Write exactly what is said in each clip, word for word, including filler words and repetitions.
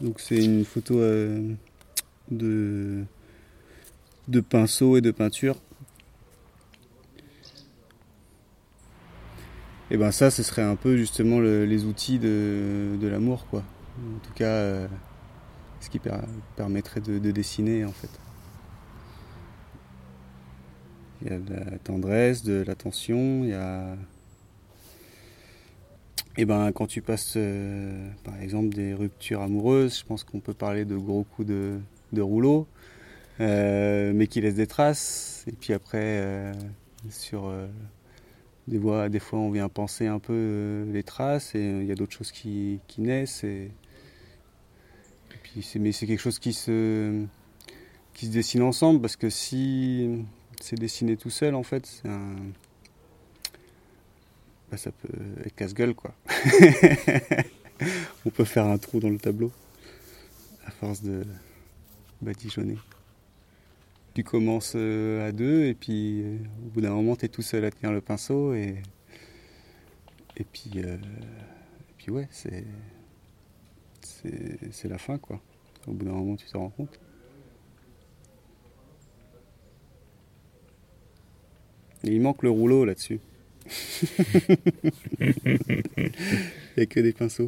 Donc c'est une photo euh, de, de pinceau et de peinture. Et ben ça, ce serait un peu justement le, les outils de, de l'amour, quoi. En tout cas, euh, ce qui per- permettrait de, de dessiner, en fait. Il y a de la tendresse, de l'attention, il y a... Et ben quand tu passes, euh, par exemple, des ruptures amoureuses, je pense qu'on peut parler de gros coups de, de rouleau, euh, mais qui laissent des traces. Et puis après, euh, sur... euh, des, fois, des fois, on vient penser un peu euh, les traces, et il euh, y a d'autres choses qui, qui naissent, et... Et puis c'est, mais c'est quelque chose qui se, qui se dessine ensemble, parce que si c'est dessiné tout seul, en fait, c'est un, bah, ça peut être casse-gueule, quoi. On peut faire un trou dans le tableau à force de badigeonner. Tu commences euh, à deux, et puis euh, au bout d'un moment, tu es tout seul à tenir le pinceau, et, et, puis, euh, et puis ouais, c'est, c'est, c'est la fin, quoi. Au bout d'un moment, tu te rends compte. Et il manque le rouleau là-dessus. Il n'y a que des pinceaux.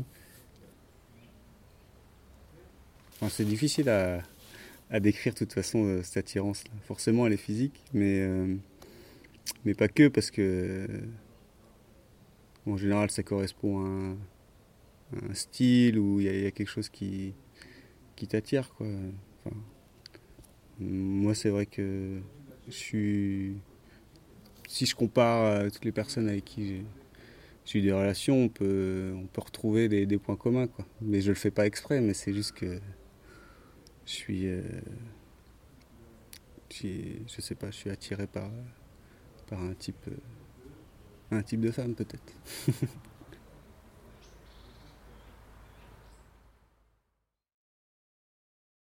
Enfin, c'est difficile à, à décrire de toute façon euh, cette attirance. -là. Forcément, elle est physique, mais, euh, mais pas que, parce que euh, en général, ça correspond à un, à un style ou il y, y, a quelque chose qui, qui t'attire, quoi. Enfin, moi, c'est vrai que je suis. Si je compare à toutes les personnes avec qui j'ai, j'ai eu des relations, on peut, on peut retrouver des, des points communs, quoi. Mais je le fais pas exprès, mais c'est juste que je suis. Euh, je, suis je sais pas, je suis attiré par, par un type. Euh, un type de femme, peut-être.